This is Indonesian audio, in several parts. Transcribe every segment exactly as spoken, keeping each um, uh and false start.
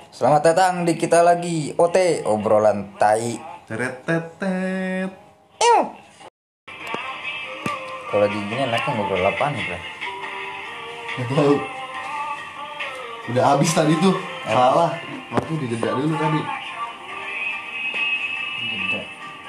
Selamat datang di kita lagi O T, obrolan tai. Teretetet. Kalau lagi gini enaknya ngobrol apaan nih, Bro? Gak tahu. Udah habis tadi tuh. Salah. Waktu dijeda dulu tadi. Jeda.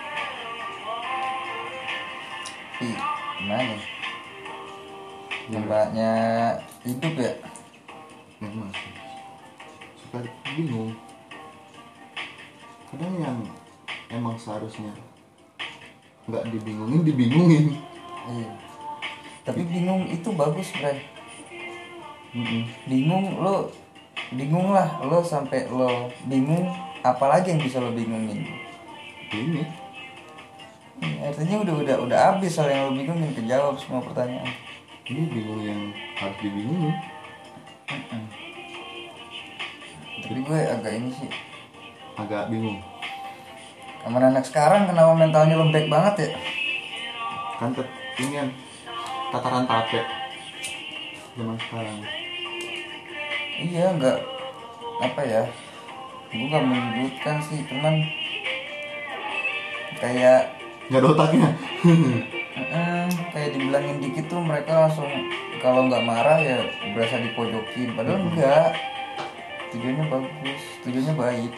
Ih, gimana nih? Mbaknya hidup ya? Memang sih. Suka bingung. Kadang yang emang seharusnya nggak dibingungin, dibingungin. Iya. Tapi bingung itu bagus, Bray. Mm-mm. Bingung lo, bingung lah lo sampai lo bingung, apalagi yang bisa lo bingungin? Ini Hmm, artinya udah udah udah habis soal yang lo bingungin, kejawab semua pertanyaan. ini bingung yang harus dibingungin. Mm-mm. Tapi gue agak ini sih, Agak bingung. sama anak sekarang kenapa mentalnya lembek banget ya? Kan tet ini kan tataran tape zaman sekarang. Iya, nggak apa ya, gue gak menyebutkan sih, cuman kayak Nggak ada otaknya. mm, kayak dibilangin dikit tuh mereka langsung kalau nggak marah ya berasa dipojokin, padahal enggak, tujuannya bagus, tujuannya baik.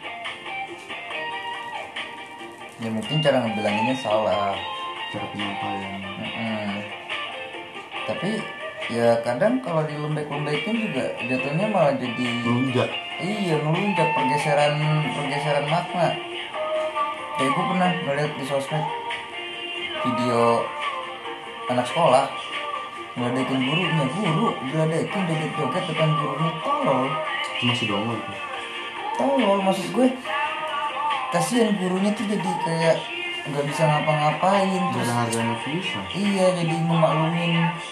Ya mungkin cara ngebilanginnya salah. Cara penyampaian. Mm-mm. Tapi ya kadang kalau dilembek-lembekin juga jatuhnya malah jadi Melunjak. iya melunjak, pergeseran pergeseran makna. Kayak gue pernah ngeliat di sosmed video anak sekolah ngeledekin gurunya, guru ngeledekin joget-joget depan gurunya, tolol, Itu masih dongol itu. tolol maksud gue. Kasihan gurunya tuh jadi kayak nggak bisa ngapa-ngapain Nggak terus. ada harganya bisa. Iya, jadi ngemaklumin.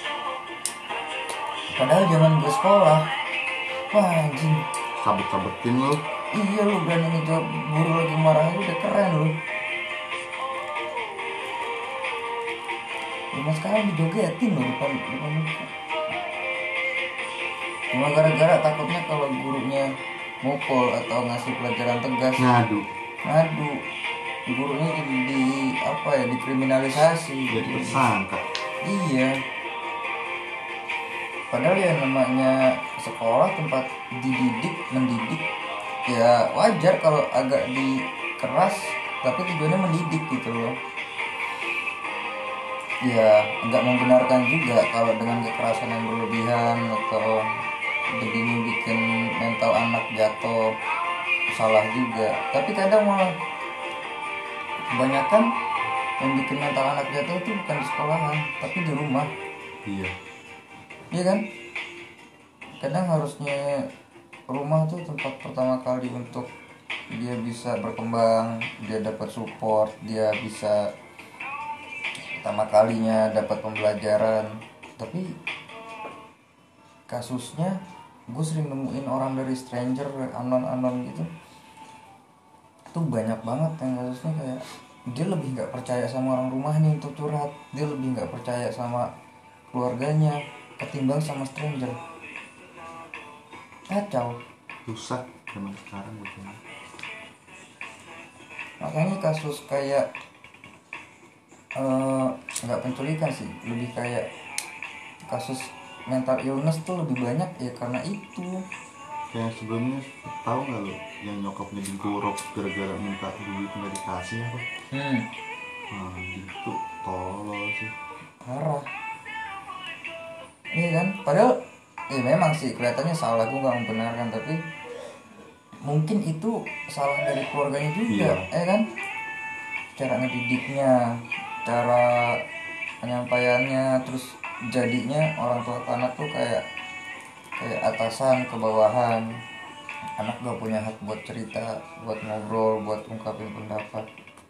Padahal zaman gue sekolah, wah anjing, Sabet-sabetin lo. iya lu berani ngejawab guru lagi marah itu udah keren lu. Cuma sekarang dijogetin loh depan depan muka. Cuma gara-gara takutnya kalau gurunya mukul atau ngasih pelajaran tegas, Ngadu. ngadu, gurunya jadi di apa ya, dikriminalisasi. Jadi tersangka. Iya. Padahal ya namanya sekolah tempat dididik, mendidik, ya wajar kalau agak dikeras, tapi tujuannya mendidik gitu loh. Ya nggak membenarkan juga kalau dengan kekerasan yang berlebihan atau begini bikin mental anak jatuh, salah juga. Tapi kadang malah kebanyakan yang bikin mental anak jatuh itu bukan di sekolahan, tapi di rumah. Iya. Iya kan? Kadang harusnya rumah tuh tempat pertama kali untuk dia bisa berkembang, dia dapat support, dia bisa pertama kalinya dapat pembelajaran. Tapi kasusnya gue sering nemuin orang dari stranger, anon-anon gitu, tuh banyak banget yang kasusnya kayak dia lebih nggak percaya sama orang rumahnya untuk curhat, dia lebih nggak percaya sama keluarganya ketimbang sama stranger. Kacau. Rusak zaman sekarang gitu. Makanya kasus kayak eh, nggak penculikan sih, lebih kayak kasus mental illness tuh lebih banyak ya karena itu. Kayak sebelumnya tahu nggak lo yang nyokapnya digorok gara-gara minta duit nggak dikasih apa? Hmm, Nah itu tolol sih. parah. Iya kan? Padahal ya memang sih kelihatannya salah, gue nggak membenarkan, tapi mungkin itu salah dari keluarganya juga, Iya. ya kan? Cara ngedidiknya, cara penyampaiannya, terus jadinya orang tua ke anak tuh kayak kayak atasan ke bawahan. Anak gak punya hak buat cerita, buat ngobrol, buat ungkapin pendapat.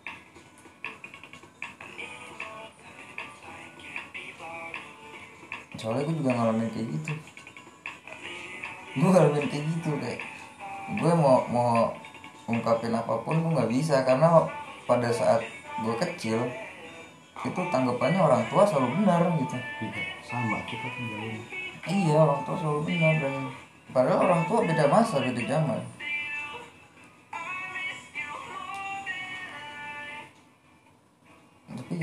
Soalnya gue juga ngalamin kayak gitu. Gue ngalamin kayak gitu kayak gue mau mau ungkapin apapun gue nggak bisa karena pada saat gue kecil itu tanggapannya orang tua selalu benar gitu. Iya sama kita tinggalin. Iya, orang tua selalu benar, dan padahal orang tua beda masa, beda zaman.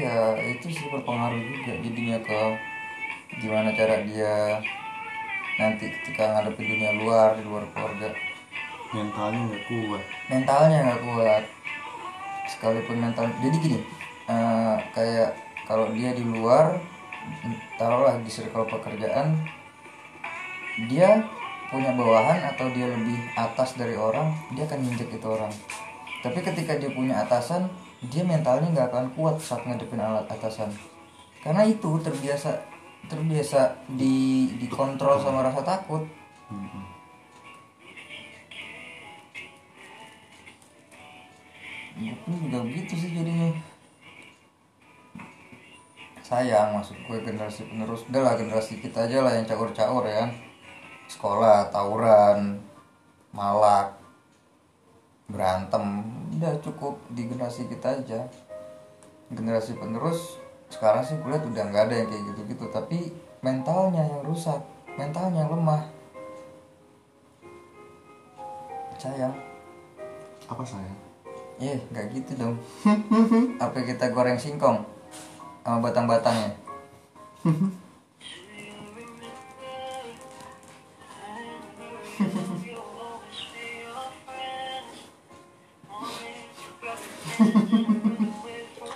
iya itu sih berpengaruh juga jadinya ke gimana cara dia nanti ketika ngadepin dunia luar di luar keluarga. Mentalnya nggak kuat. Mentalnya nggak kuat sekalipun mental. Jadi gini, eh, kayak kalau dia di luar, taruhlah di circle pekerjaan, dia punya bawahan atau dia lebih atas dari orang, dia akan injek itu orang. Tapi ketika dia punya atasan, dia mentalnya nggak akan kuat saat ngadepin alat atasan, karena itu terbiasa terbiasa di dikontrol sama rasa takut. Hmm. Gue pun juga begitu sih jadinya. Sayang maksud gue generasi penerus, udah lah generasi kita aja lah yang caur-caur ya kan. Sekolah, tawuran, malak, berantem, udah cukup di generasi kita aja. Generasi penerus sekarang sih gue lihat udah nggak ada yang kayak gitu-gitu, tapi mentalnya yang rusak, mentalnya yang lemah. Sayang. Apa sayang? Eh, nggak gitu dong. Apa kita goreng singkong sama batang-batangnya?